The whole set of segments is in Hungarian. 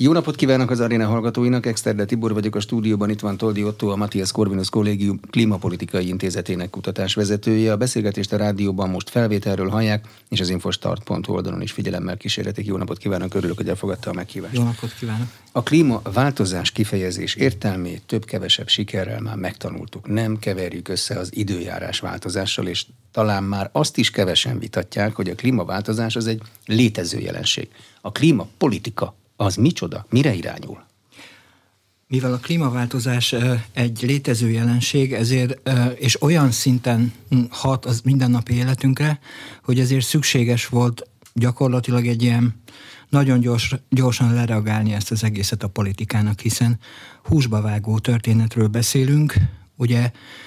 Jó napot kívánok az aréna hallgatóinak, Exterde Tibor vagyok, a stúdióban itt van Toldy Otto, a Matthias Corvinus Kollégium Klímapolitikai Intézetének kutatásvezetője. A beszélgetést a rádióban most felvételről hallják, és az infostart.hu oldalon is figyelemmel kísérletik. Jó napot kívánok, örülök, hogy elfogadta a meghívást. Jó napot kívánok! A klímaváltozás kifejezés értelmét több-kevesebb sikerrel már megtanultuk. Nem keverjük össze az időjárás változással, és talán már azt is kevesen vitatják, hogy a klímaváltozás az egy létező jelenség. A klímapolitika az micsoda? Mire irányul? Mivel a klímaváltozás egy létező jelenség, ezért és olyan szinten hat az mindennapi életünkre, hogy ezért szükséges volt gyakorlatilag egy ilyen nagyon gyorsan lereagálni ezt az egészet a politikának, hiszen húsba vágó történetről beszélünk, ugye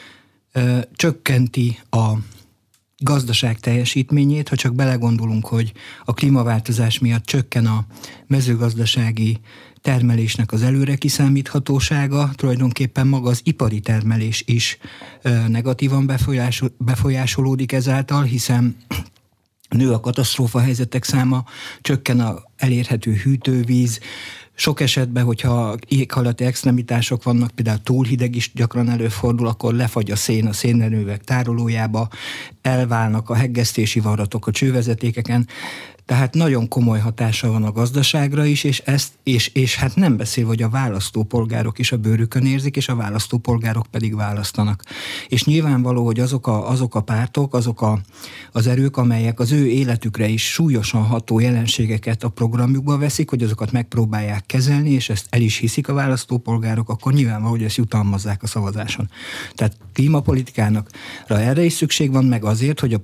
csökkenti a gazdaság teljesítményét, ha csak belegondolunk, hogy a klímaváltozás miatt csökken a mezőgazdasági termelésnek az előre kiszámíthatósága, tulajdonképpen maga az ipari termelés is negatívan befolyásolódik ezáltal, hiszen nő a katasztrófa helyzetek száma, csökken a elérhető hűtővíz, sok esetben, hogyha éghajlati extremitások vannak, például túl hideg is gyakran előfordul, akkor lefagy a szén a szénerőművek tárolójába, elválnak a heggesztési varratok a csővezetékeken, tehát nagyon komoly hatása van a gazdaságra is, és hát nem beszélve, hogy a választópolgárok is a bőrükön érzik, és a választópolgárok pedig választanak. És nyilvánvaló, hogy azok a pártok, az erők, amelyek az ő életükre is súlyosan ható jelenségeket a programjukba veszik, hogy azokat megpróbálják kezelni, és ezt el is hiszik a választópolgárok, akkor nyilvánvaló, hogy ezt jutalmazzák a szavazáson. Tehát klímapolitikának erre is szükség van, meg azért, hogy a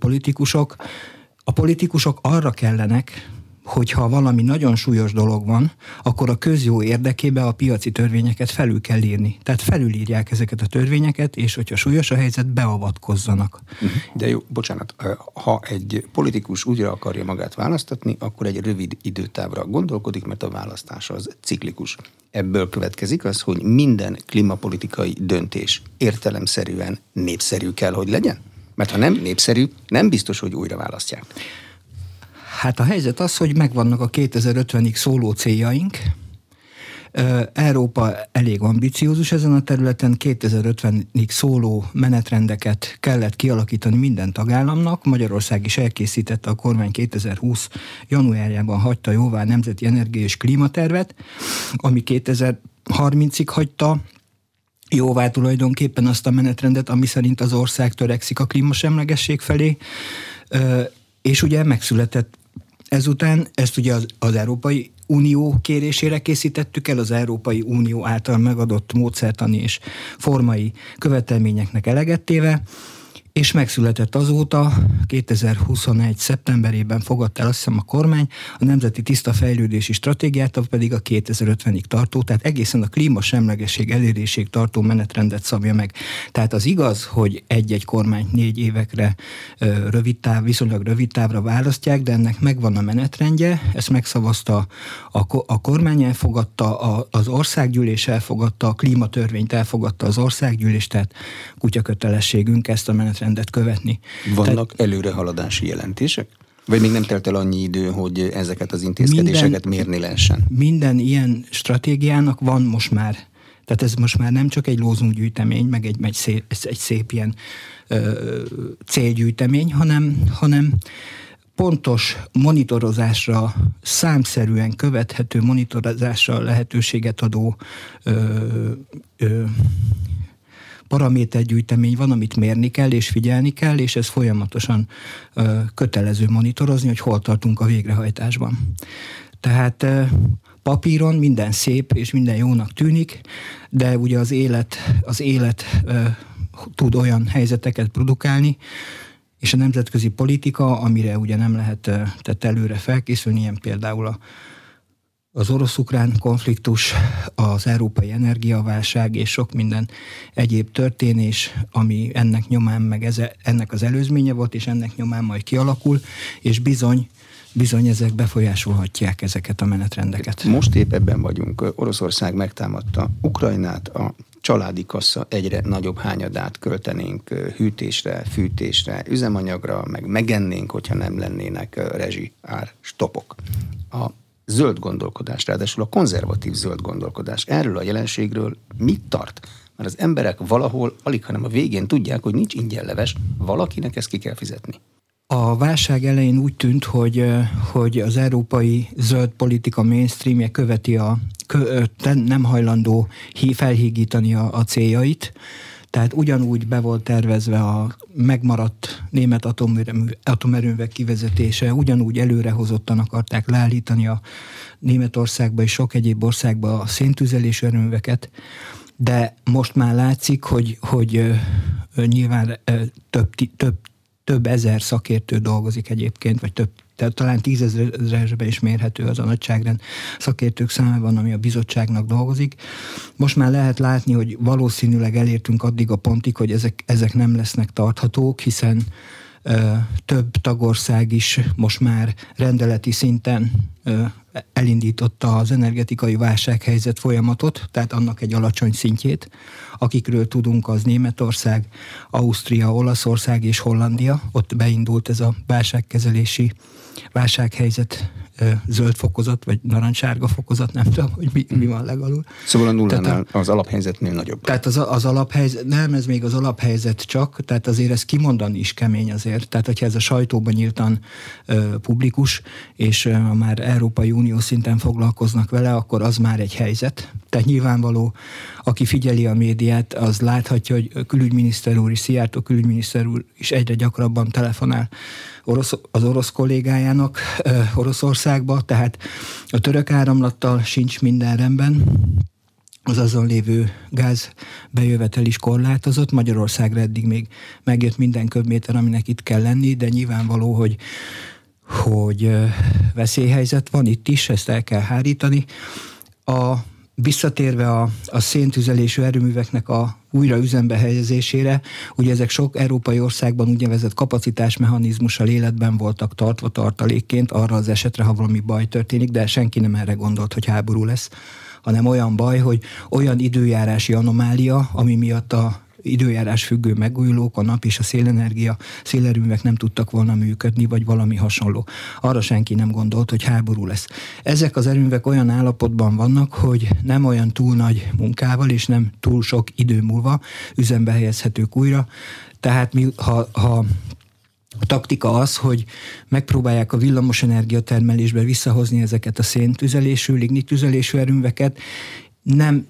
politikusok arra kellenek, hogyha valami nagyon súlyos dolog van, akkor a közjó érdekében a piaci törvényeket felül kell írni. Tehát felülírják ezeket a törvényeket, és hogyha súlyos a helyzet, beavatkozzanak. De jó, bocsánat, ha egy politikus újra akarja magát választatni, akkor egy rövid időtávra gondolkodik, mert a választás az ciklikus. Ebből következik az, hogy minden klímapolitikai döntés értelemszerűen népszerű kell, hogy legyen? Mert ha nem népszerű, nem biztos, hogy újra választják. Hát a helyzet az, hogy megvannak a 2050-ig szóló céljaink. Európa elég ambiciózus ezen a területen, 2050-ig szóló menetrendeket kellett kialakítani minden tagállamnak. Magyarország is elkészítette, a kormány 2020 januárjában hagyta jóvá a Nemzeti Energia és Klímatervet, ami 2030-ig hagyta jóvá tulajdonképpen azt a menetrendet, ami szerint az ország törekszik a klímasemlegesség felé, és ugye megszületett ezután, ezt ugye az Európai Unió kérésére készítettük el, az Európai Unió által megadott módszertani és formai követelményeknek eleget téve, és megszületett azóta, 2021. szeptemberében fogadta el azt hiszem a kormány a Nemzeti Tiszta Fejlődési Stratégiát, pedig a 2050-ig tartó, tehát egészen a klímasemlegesség elérésig tartó menetrendet szabja meg. Tehát az igaz, hogy egy-egy kormányt 4 évekre viszonylag rövid távra választják, de ennek megvan a menetrendje, ezt megszavazta a kormány, elfogadta az országgyűlés, elfogadta a klímatörvényt, elfogadta az országgyűlés, tehát kutyakötelességünk ezt a menetrendet követni. Vannak előrehaladási jelentések? Vagy még nem telt el annyi idő, hogy ezeket az intézkedéseket mérni lehessen? Minden ilyen stratégiának van most már. Tehát ez most már nem csak egy lózunggyűjtemény, meg egy szép ilyen célgyűjtemény, hanem pontos monitorozásra, számszerűen követhető monitorozásra lehetőséget adó paramétergyűjtemény van, amit mérni kell és figyelni kell, és ez folyamatosan kötelező monitorozni, hogy hol tartunk a végrehajtásban. Tehát papíron minden szép és minden jónak tűnik, de ugye az élet tud olyan helyzeteket produkálni, és a nemzetközi politika, amire ugye nem lehet tehát előre felkészülni, ilyen például az orosz-ukrán konfliktus, az európai energiaválság és sok minden egyéb történés, ami ennek nyomán ennek az előzménye volt, és ennek nyomán majd kialakul, és bizony ezek befolyásolhatják ezeket a menetrendeket. Most épp ebben vagyunk. Oroszország megtámadta Ukrajnát, a családi kassa egyre nagyobb hányadát költenénk hűtésre, fűtésre, üzemanyagra, meg megennénk, hogyha nem lennének rezsi ár stopok. A zöld gondolkodás, ráadásul a konzervatív zöld gondolkodás erről a jelenségről mit tart? Mert az emberek valahol alig, hanem a végén tudják, hogy nincs ingyen leves, valakinek ezt ki kell fizetni. A válság elején úgy tűnt, hogy az európai zöld politika mainstreamje követi nem hajlandó felhígítani a céljait, tehát ugyanúgy be volt tervezve a megmaradt német atomerőművek kivezetése, ugyanúgy előrehozottan akarták leállítani a Németországba és sok egyéb országba a széntüzelésű erőműveket, de most már látszik, hogy nyilván több ezer szakértő dolgozik egyébként, vagy tehát talán 10 000-ben is mérhető az a nagyságrend szakértők számában, ami a bizottságnak dolgozik. Most már lehet látni, hogy valószínűleg elértünk addig a pontig, hogy ezek nem lesznek tarthatók, hiszen több tagország is most már rendeleti szinten elindította az energetikai válsághelyzet folyamatot, tehát annak egy alacsony szintjét. Akikről tudunk, az Németország, Ausztria, Olaszország és Hollandia. Ott beindult ez a válságkezelési válsághelyzet zöld fokozat, vagy narancssárga fokozat, nem tudom, hogy mi van legalul. Szóval a nullánál az alaphelyzetnél nagyobb. Tehát az alaphelyzet, nem, ez még az alaphelyzet csak, tehát azért ezt kimondani is kemény azért. Tehát, hogyha ez a sajtóban nyíltan publikus, és már Európai Unió szinten foglalkoznak vele, akkor az már egy helyzet. Tehát nyilvánvaló, aki figyeli a médiát, az láthatja, hogy a külügyminiszter úr is, Szijjártó külügyminiszter úr is egyre gyakrabban telefonál az orosz kollégájának Oroszországba, tehát a török áramlattal sincs minden rendben, az azon lévő gázbejövetel is korlátozott, Magyarországra eddig még megjött minden köbméter, aminek itt kell lenni, de nyilvánvaló, hogy veszélyhelyzet van itt is, ezt el kell hárítani. Visszatérve a széntüzelésű erőműveknek a újra üzembe helyezésére, ugye ezek sok európai országban úgynevezett kapacitásmechanizmussal életben voltak tartva tartalékként arra az esetre, ha valami baj történik, de senki nem erre gondolt, hogy háború lesz, hanem olyan baj, hogy olyan időjárási anomália, ami miatt a időjárás függő megújulók, a nap és a szélerőművek nem tudtak volna működni, vagy valami hasonló. Arra senki nem gondolt, hogy háború lesz. Ezek az erőművek olyan állapotban vannak, hogy nem olyan túl nagy munkával, és nem túl sok idő múlva üzembe helyezhetők újra. Tehát ha a taktika az, hogy megpróbálják a villamosenergia termelésbe visszahozni ezeket a széntüzelésű, lignitüzelésű erőműveket, nem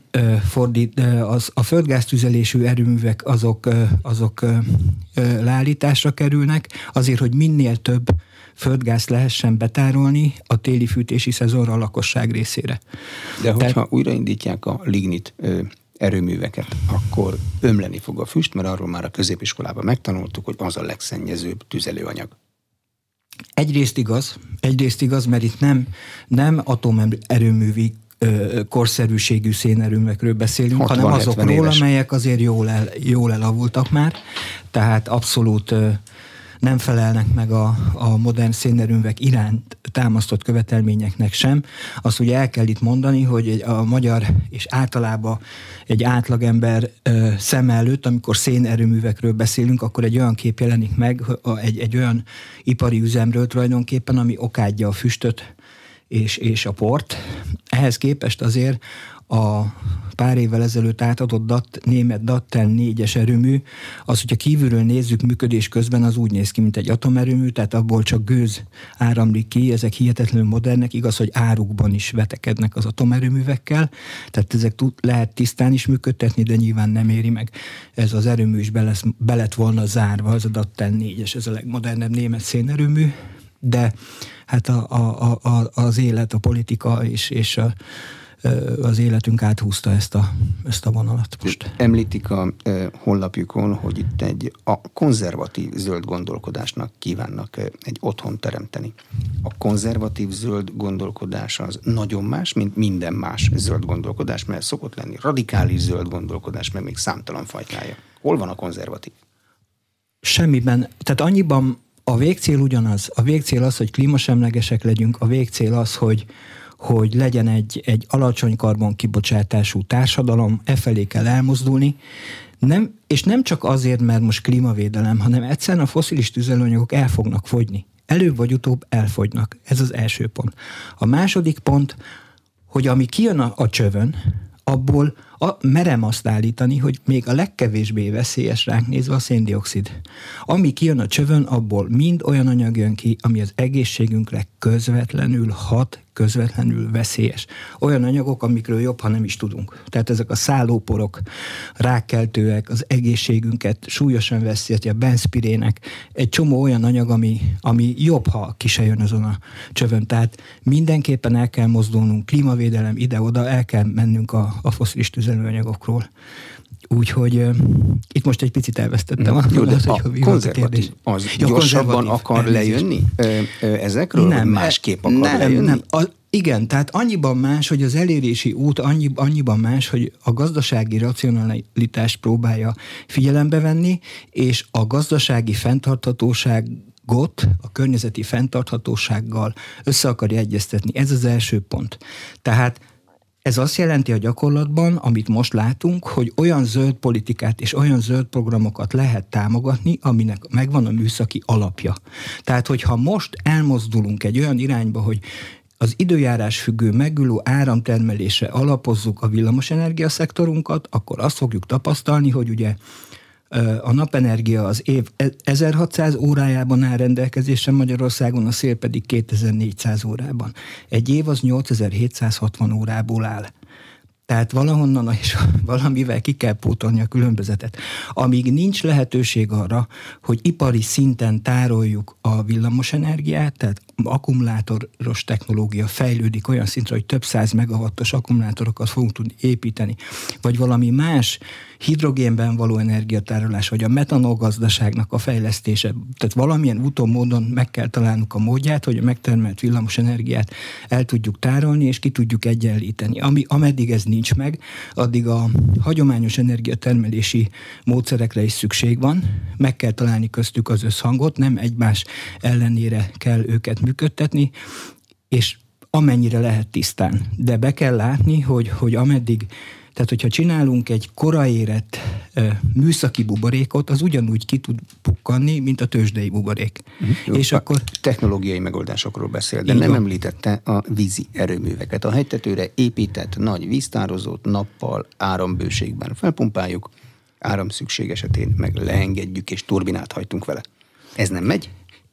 a földgáztüzelésű erőművek azok leállításra kerülnek, azért, hogy minél több földgázt lehessen betárolni a téli fűtési szezonra a lakosság részére. De hogyha újraindítják a lignit erőműveket, akkor ömleni fog a füst, mert arról már a középiskolában megtanultuk, hogy az a legszennyezőbb tüzelőanyag. Egyrészt igaz, mert itt nem atomerőművi korszerűségű szénerőművekről beszélünk, hanem azokról, amelyek azért jól elavultak már, tehát abszolút nem felelnek meg a modern szénerőművek iránt támasztott követelményeknek sem. Azt ugye el kell itt mondani, hogy a magyar és általában egy átlagember szem előtt, amikor szénerőművekről beszélünk, akkor egy olyan kép jelenik meg, egy olyan ipari üzemről tulajdonképpen, ami okádja a füstöt és a port. Ehhez képest azért a pár évvel ezelőtt átadott német Datteln 4-es erőmű, az, hogyha kívülről nézzük működés közben, az úgy néz ki, mint egy atomerőmű, tehát abból csak gőz áramlik ki, ezek hihetetlenül modernek, igaz, hogy árukban is vetekednek az atomerőművekkel, tehát ezek lehet tisztán is működtetni, de nyilván nem éri meg. Ez az erőmű is be lett volna zárva, ez a Datteln 4-es, ez a legmodernebb német szénerőmű, de hát az élet, a politika és az életünk áthúzta ezt a vonalat most. Említik a honlapjukon, hogy itt a konzervatív zöld gondolkodásnak kívánnak egy otthon teremteni. A konzervatív zöld gondolkodás az nagyon más, mint minden más zöld gondolkodás, mert szokott lenni radikális zöld gondolkodás, mert még számtalan fajtája. Hol van a konzervatív? Semmiben. Tehát annyiban a végcél ugyanaz. A végcél az, hogy klímasemlegesek legyünk, a végcél az, hogy legyen egy alacsony karbonkibocsátású társadalom, felé kell elmozdulni. És nem csak azért, mert most klímavédelem, hanem egyszerűen a fosszilis tüzelőanyagok el fognak fogyni. előbb vagy utóbb elfogynak. Ez az első pont. A második pont, hogy ami kijön a csövön, abból merem azt állítani, hogy még a legkevésbé veszélyes ránk nézve a széndioxid. Ami kijön a csövön, abból mind olyan anyag jön ki, ami az egészségünkre közvetlenül hat, közvetlenül veszélyes. Olyan anyagok, amikről jobb, ha nem is tudunk. Tehát ezek a szállóporok, rákkeltőek, az egészségünket súlyosan veszélyezteti, a benzpirének, egy csomó olyan anyag, ami jobb, ha ki se jön azon a csövön. Tehát mindenképpen el kell mozdulnunk, klímavédelem ide-oda, el kell mennünk a fosszilis tüzelőanyagokról. Úgyhogy itt most egy picit elvesztettem. Jó, de a konzervatív az gyorsabban akar lejönni ezekről, nem, vagy másképp akar lejönni? Nem. Igen, tehát annyiban más, hogy az elérési út annyiban más, hogy a gazdasági racionalitást próbálja figyelembe venni, és a gazdasági fenntarthatóságot a környezeti fenntarthatósággal össze akarja egyeztetni. Ez az első pont. Tehát ez azt jelenti a gyakorlatban, amit most látunk, hogy olyan zöld politikát és olyan zöld programokat lehet támogatni, aminek megvan a műszaki alapja. Tehát, hogyha most elmozdulunk egy olyan irányba, hogy az időjárás függő megülő áramtermelésre alapozzuk a villamosenergia szektorunkat, akkor azt fogjuk tapasztalni, hogy ugye a napenergia az év 1600 órájában áll rendelkezésre Magyarországon, a szél pedig 2400 órában. Egy év az 8760 órából áll. Tehát valahonnan és valamivel ki kell pótolni a különbözetet. Amíg nincs lehetőség arra, hogy ipari szinten tároljuk a villamosenergiát, tehát akkumulátoros technológia fejlődik olyan szintre, hogy több 100 megawattos akkumulátorokat fogunk tudni építeni, vagy valami más hidrogénben való energiatárolás, vagy a metanol gazdaságnak a fejlesztése. Tehát valamilyen úton, módon meg kell találnunk a módját, hogy a megtermelt villamosenergiát el tudjuk tárolni, és ki tudjuk egyenlíteni. Ameddig ez nincs meg, addig a hagyományos energiatermelési módszerekre is szükség van, meg kell találni köztük az összhangot, nem egymás ellenére kell őket működtetni, és amennyire lehet tisztán. De be kell látni, hogy ameddig, tehát hogyha csinálunk egy koraérett műszaki buborékot, az ugyanúgy ki tud pukkanni, mint a tőzsdei buborék. Jó, és akkor technológiai megoldásokról beszél, de nem említette a vízi erőműveket. A hegytetőre épített nagy víztározót nappal árambőségben felpumpáljuk, áramszükség esetén meg leengedjük és turbinát hajtunk vele. Ez nem megy?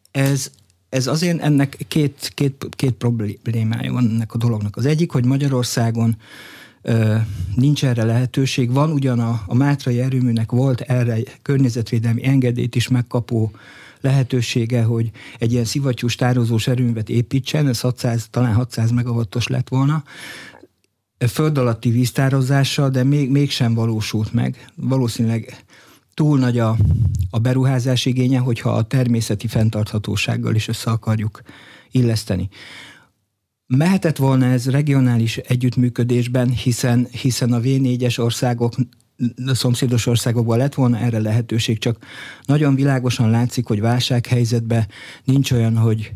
Ez azért ennek két problémája van ennek a dolognak. Az egyik, hogy Magyarországon nincs erre lehetőség. Van ugyan a Mátrai erőműnek volt erre környezetvédelmi engedélyt is megkapó lehetősége, hogy egy ilyen szivattyús tározós erőművet építsen, ez talán 600 megawattos lett volna, föld alatti víztározással, de mégsem valósult meg. Valószínűleg túl nagy a beruházás igénye, hogyha a természeti fenntarthatósággal is össze akarjuk illeszteni. Mehetett volna ez regionális együttműködésben, hiszen a V4-es országok, a szomszédos országokban lett volna erre lehetőség, csak nagyon világosan látszik, hogy válsághelyzetben nincs olyan, hogy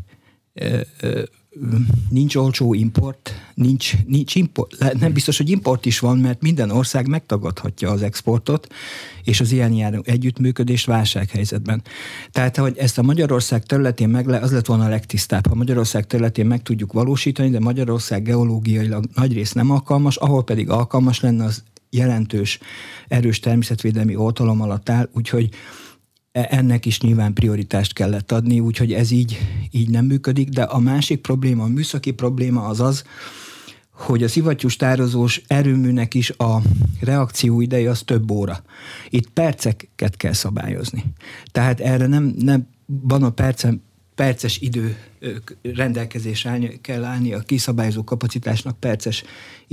nincs olcsó import, nincs import, nem biztos, hogy import is van, mert minden ország megtagadhatja az exportot, és az ilyen járó együttműködést válsághelyzetben. Tehát, hogy ezt a Magyarország területén az lett volna a legtisztább. Ha Magyarország területén meg tudjuk valósítani, de Magyarország geológiailag nagyrészt nem alkalmas, ahol pedig alkalmas lenne, az jelentős, erős természetvédelmi oltalom alatt áll, úgyhogy ennek is nyilván prioritást kellett adni, úgyhogy ez így nem működik, de a másik probléma, a műszaki probléma az, hogy a szivattyús tározós erőműnek is a reakció ideje az több óra. Itt perceket kell szabályozni. Tehát erre nem van a perces idő rendelkezésre kell állni, a kiszabályozó kapacitásnak perces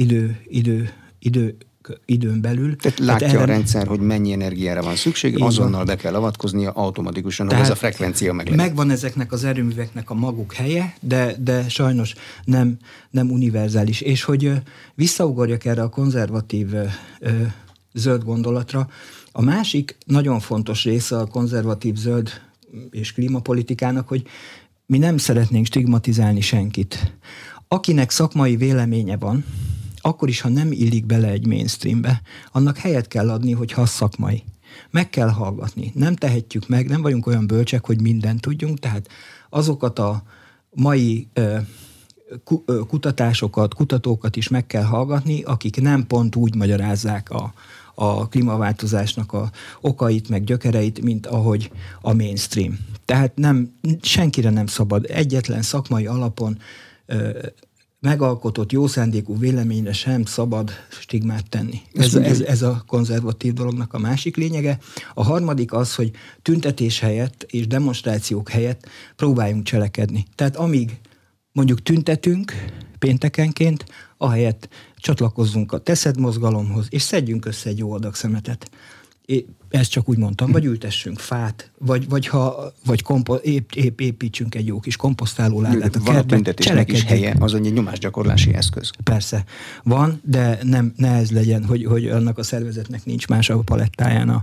időn belül. Tehát látja a rendszer, hogy mennyi energiára van szükség, azonnal be kell avatkoznia automatikusan, hogy ez a frekvencia meg legyen. Megvan ezeknek az erőműveknek a maguk helye, de sajnos nem univerzális. És hogy visszaugorjak erre a konzervatív zöld gondolatra, a másik nagyon fontos része a konzervatív zöld és klímapolitikának, hogy mi nem szeretnénk stigmatizálni senkit. Akinek szakmai véleménye van, akkor is, ha nem illik bele egy mainstreambe, annak helyet kell adni, hogy ha szakmai. Meg kell hallgatni. Nem tehetjük meg, nem vagyunk olyan bölcsek, hogy mindent tudjunk, tehát azokat a mai kutatásokat, kutatókat is meg kell hallgatni, akik nem pont úgy magyarázzák a klímaváltozásnak a okait, meg gyökereit, mint ahogy a mainstream. Tehát senkire nem szabad egyetlen szakmai alapon megalkotott jó szándékú véleményre sem szabad stigmát tenni. Ez a konzervatív dolognak a másik lényege. A harmadik az, hogy tüntetés helyett és demonstrációk helyett próbáljunk cselekedni. Tehát amíg mondjuk tüntetünk péntekenként, ahelyett csatlakozzunk a Teszed mozgalomhoz, és szedjünk össze egy jó adag szemetet. Ezt csak úgy mondtam, vagy ültessünk fát, vagy építsünk egy jó kis komposztáló ládát a kertben. Tüntetésnek is helye, az egy nyomásgyakorlási eszköz. Persze, van, de ne ez legyen, hogy annak a szervezetnek nincs más a palettáján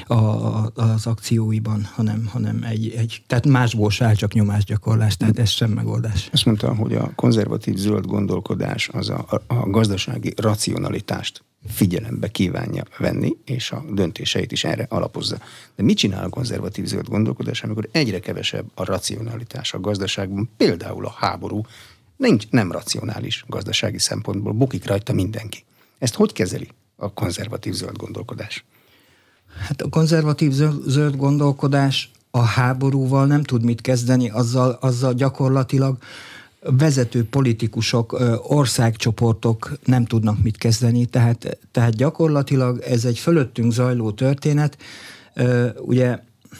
az akcióiban, hanem tehát másból se áll, csak nyomásgyakorlás, tehát ez sem megoldás. Azt mondta, hogy a konzervatív zöld gondolkodás az a gazdasági racionalitást figyelembe kívánja venni, és a döntéseit is erre alapozza. De mit csinál a konzervatív zöld gondolkodás, amikor egyre kevesebb a racionalitás a gazdaságban, például a háború nem racionális gazdasági szempontból, bukik rajta mindenki. Ezt hogy kezeli a konzervatív zöld gondolkodás? Hát a konzervatív zöld gondolkodás a háborúval nem tud mit kezdeni, azzal gyakorlatilag vezető politikusok, országcsoportok nem tudnak mit kezdeni, tehát gyakorlatilag ez egy fölöttünk zajló történet. Ugye,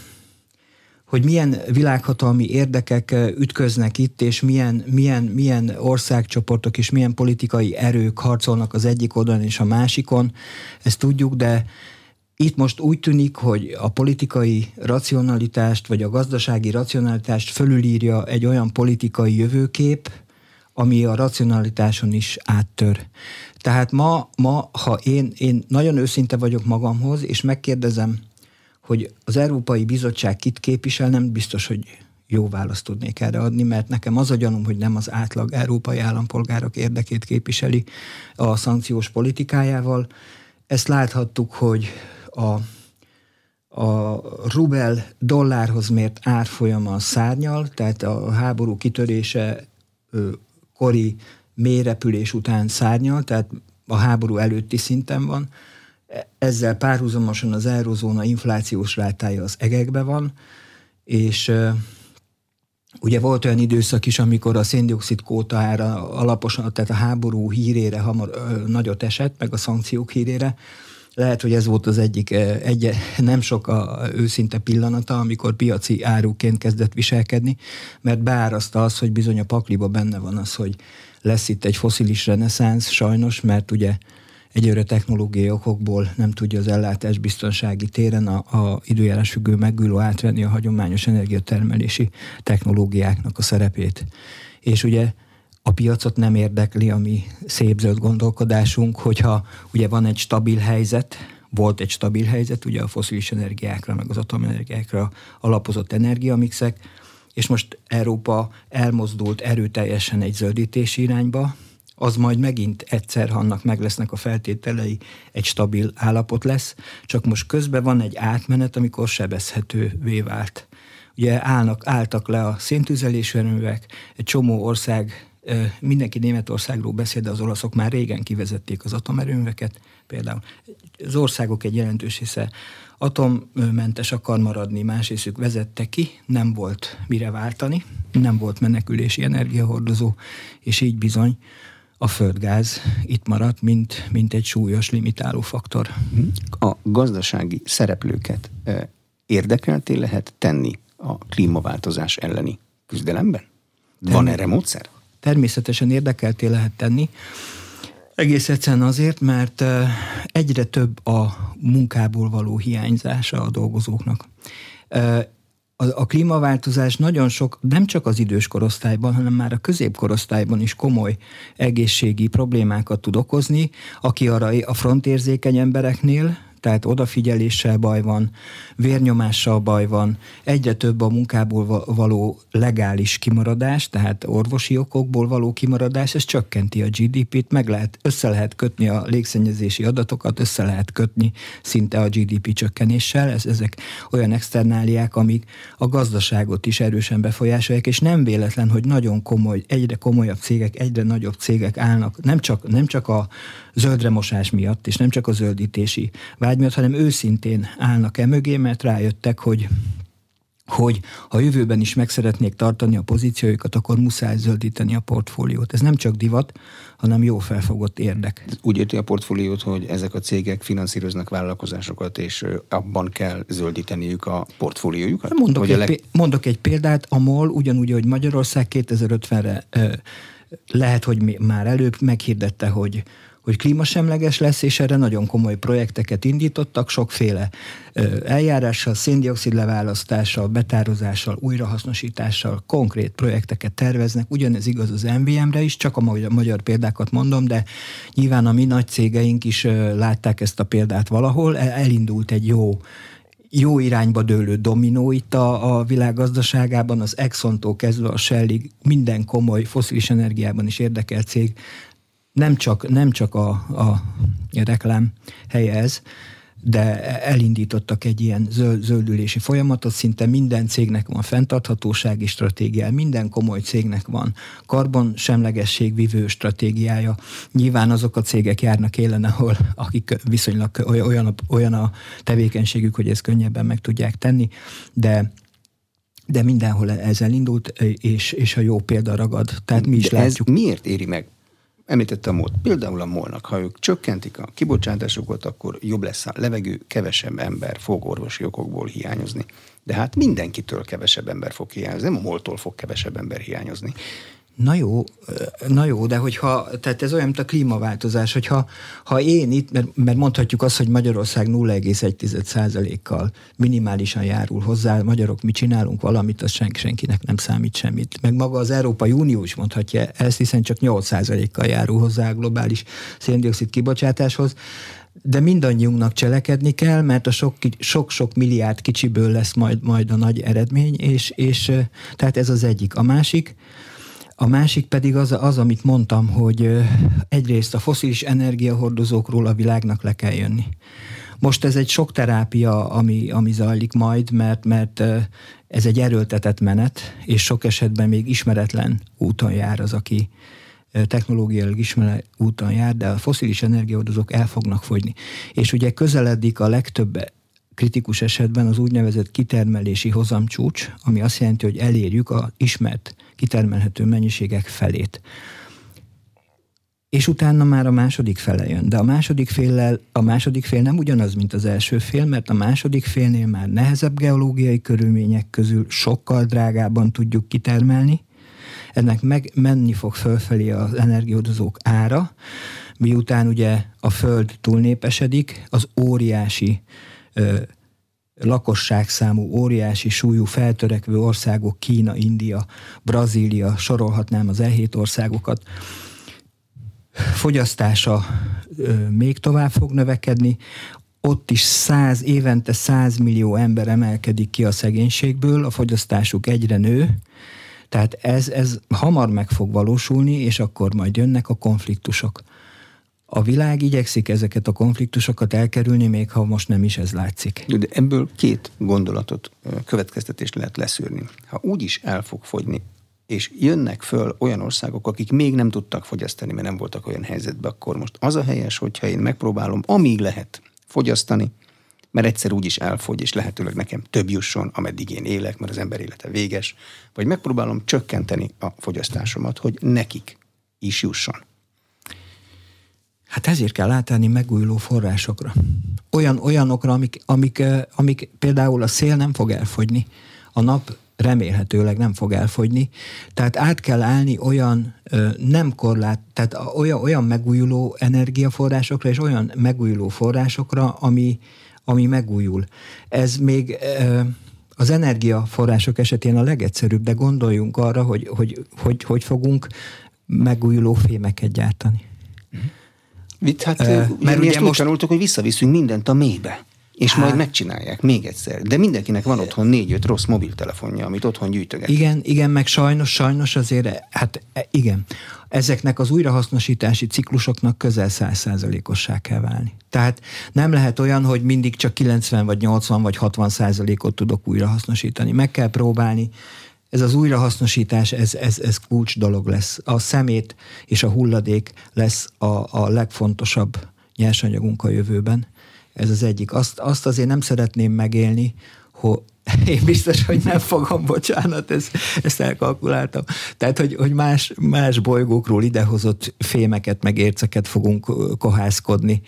hogy milyen világhatalmi érdekek ütköznek itt, és milyen országcsoportok és milyen politikai erők harcolnak az egyik oldalon és a másikon, ezt tudjuk, de itt most úgy tűnik, hogy a politikai racionalitást, vagy a gazdasági racionalitást fölülírja egy olyan politikai jövőkép, ami a racionalitáson is áttör. Tehát ma ha én nagyon őszinte vagyok magamhoz, és megkérdezem, hogy az Európai Bizottság kit képvisel, nem biztos, hogy jó választ tudnék erre adni, mert nekem az a gyanúm, hogy nem az átlag európai állampolgárok érdekét képviseli a szankciós politikájával. Ezt láthattuk, hogy a rubel dollárhoz mért árfolyama szárnyal, tehát a háború kitörése kori mélyrepülés után szárnyal, tehát a háború előtti szinten van. Ezzel párhuzamosan az eurozóna inflációs rátája az egekbe van, és ugye volt olyan időszak is, amikor a széndioxid kvóta ára alaposan, tehát a háború hírére nagyot esett, meg a szankciók hírére. Lehet, hogy ez volt az egyik nem sok őszinte pillanata, amikor piaci áruként kezdett viselkedni, mert beárazta az, hogy bizony a pakliba benne van az, hogy lesz itt egy fosszilis reneszánsz, sajnos, mert ugye egyőre technológiai okokból nem tudja az ellátás biztonsági téren a időjárásfüggő megújuló átvenni a hagyományos energiatermelési technológiáknak a szerepét. És ugye a piacot nem érdekli a mi szép zöld gondolkodásunk, hogyha ugye van egy stabil helyzet, volt egy stabil helyzet, ugye a fosszilis energiákra, meg az atomenergiákra alapozott energiamixek, és most Európa elmozdult erőteljesen egy zöldítési irányba, az majd megint egyszer, ha annak meg lesznek a feltételei, egy stabil állapot lesz, csak most közben van egy átmenet, amikor sebezhetővé vált. Ugye álltak le a széntüzelésű erőművek, egy csomó ország, mindenki Németországról beszél, de az olaszok már régen kivezették az atomerőműveket. Például az országok egy jelentős része atommentes akar maradni, más részük vezette ki, nem volt mire váltani, nem volt menekülési energiahordozó, és így bizony a földgáz itt maradt, mint egy súlyos limitáló faktor. A gazdasági szereplőket érdekelté lehet tenni a klímaváltozás elleni küzdelemben? Van erre módszer? Természetesen érdekelté lehet tenni. Egész egyszerűen azért, mert egyre több a munkából való hiányzása a dolgozóknak. A klímaváltozás nagyon sok, nem csak az idős korosztályban, hanem már a középkorosztályban is komoly egészségi problémákat tud okozni, aki arra a frontérzékeny embereknél, tehát odafigyeléssel baj van, vérnyomással baj van, egyre több a munkából való legális kimaradás, tehát orvosi okokból való kimaradás, ez csökkenti a GDP-t, össze lehet kötni a légszennyezési adatokat, össze lehet kötni szinte a GDP csökkenéssel, ezek olyan externáliák, amik a gazdaságot is erősen befolyásolják, és nem véletlen, hogy nagyon komoly, egyre komolyabb cégek, egyre nagyobb cégek állnak, nem csak a zöldremosás miatt, és nem csak a zöldítési vágy miatt, hanem őszintén állnak mögé, mert rájöttek, hogy ha jövőben is meg szeretnék tartani a pozíciójukat, akkor muszáj zöldíteni a portfóliót. Ez nem csak divat, hanem jó felfogott érdek. Úgy érti a portfóliót, hogy ezek a cégek finanszíroznak vállalkozásokat, és abban kell zöldíteniük a portfóliójukat? Mondok egy példát, a MOL ugyanúgy, hogy Magyarország 2050-re lehet, hogy már előbb meghirdette, hogy klímasemleges lesz, és erre nagyon komoly projekteket indítottak, sokféle eljárással, széndioxid leválasztással, betározással, újrahasznosítással, konkrét projekteket terveznek. Ugyanez igaz az MVM-re is, csak a magyar példákat mondom, de nyilván a mi nagy cégeink is látták ezt a példát valahol, elindult egy jó irányba dőlő dominó itt a világ gazdaságában, az Exxontól kezdve a Shellig, minden komoly fosszilis energiában is érdekelt cég, nem csak a reklám helye ez, de elindítottak egy ilyen zöldülési folyamatot, szinte minden cégnek van fenntarthatósági stratégiája, minden komoly cégnek van karbonsemlegességvivő stratégiája. Nyilván azok a cégek járnak élen, akik viszonylag olyan a tevékenységük, hogy ezt könnyebben meg tudják tenni, de mindenhol ez elindult, és a jó példa ragad. Tehát mi is látjuk. Ez miért éri meg? Említette a MOL. Például a MOL-nak, ha ők csökkentik a kibocsátásokat, akkor jobb lesz a levegő, kevesebb ember fog orvosi okokból hiányozni. De hát mindenkitől kevesebb ember fog hiányozni, nem a MOL-tól fog kevesebb ember hiányozni. Na jó, de tehát ez olyan, mint a klímaváltozás, ha én itt, mert mondhatjuk azt, hogy Magyarország 0,1%-kal minimálisan járul hozzá, magyarok mit csinálunk valamit, az senkinek nem számít semmit. Meg maga az Európai Unió is mondhatja ezt, hiszen csak 8%-kal járul hozzá a globális széndioxid kibocsátáshoz. De mindannyiunknak cselekedni kell, mert a sok-sok milliárd kicsiből lesz majd a nagy eredmény, és tehát ez az egyik. A másik pedig az, amit mondtam, hogy egyrészt a fosszilis energiahordozókról a világnak le kell jönni. Most ez egy sok terápia, ami zajlik majd, mert ez egy erőltetett menet, és sok esetben még ismeretlen úton jár az, aki technológiailag ismert úton jár, de a fosszilis energiahordozók el fognak fogyni. És ugye közeledik a legtöbb kritikus esetben az úgynevezett kitermelési hozamcsúcs, ami azt jelenti, hogy elérjük az ismert kitermelhető mennyiségek felét. És utána már a második fele jön. De a második fél nem ugyanaz, mint az első fél, mert a második félnél már nehezebb geológiai körülmények közül sokkal drágábban tudjuk kitermelni. Ennek menni fog fölfelé az energiahordozók ára, miután ugye a Föld túlnépesedik, az óriási lakosságszámú, óriási súlyú, feltörekvő országok, Kína, India, Brazília, sorolhatnám az E7 országokat, fogyasztása még tovább fog növekedni, ott is évente 100 millió ember emelkedik ki a szegénységből, a fogyasztásuk egyre nő, tehát ez hamar meg fog valósulni, és akkor majd jönnek a konfliktusok. A világ igyekszik ezeket a konfliktusokat elkerülni, még ha most nem is ez látszik. De ebből két gondolatot, következtetést lehet leszűrni. Ha úgyis el fog fogyni, és jönnek föl olyan országok, akik még nem tudtak fogyasztani, mert nem voltak olyan helyzetben, akkor most az a helyes, hogyha én megpróbálom, amíg lehet fogyasztani, mert egyszer úgyis elfogy, és lehetőleg nekem több jusson, ameddig én élek, mert az ember élete véges, vagy megpróbálom csökkenteni a fogyasztásomat, hogy nekik is jusson. Hát ezért kell átállni megújuló forrásokra. Olyanokra, amik például a szél nem fog elfogyni, a nap remélhetőleg nem fog elfogyni, tehát át kell állni olyan tehát olyan megújuló energiaforrásokra, és olyan megújuló forrásokra, ami megújul. Ez még az energiaforrások esetén a legegyszerűbb, de gondoljunk arra, hogy fogunk megújuló fémeket gyártani. Mert mi ezt úgy tanultuk, hogy visszaviszünk mindent a mélybe. És majd megcsinálják még egyszer. De mindenkinek van otthon 4-5 rossz mobiltelefonja, amit otthon gyűjtöget. Igen, meg sajnos azért, igen. Ezeknek az újrahasznosítási ciklusoknak közel 100%-ossá kell válni. Tehát nem lehet olyan, hogy mindig csak 90 vagy 80 vagy 60%-ot tudok újrahasznosítani. Meg kell próbálni. Ez az újrahasznosítás, ez kulcs dolog lesz. A szemét és a hulladék lesz a legfontosabb nyersanyagunk a jövőben. Ez az egyik. Azt azért nem szeretném megélni, hogy én biztos, hogy nem fogom, bocsánat, ezt elkalkuláltam. Tehát, hogy más bolygókról idehozott fémeket, meg érceket fogunk kohászkodni,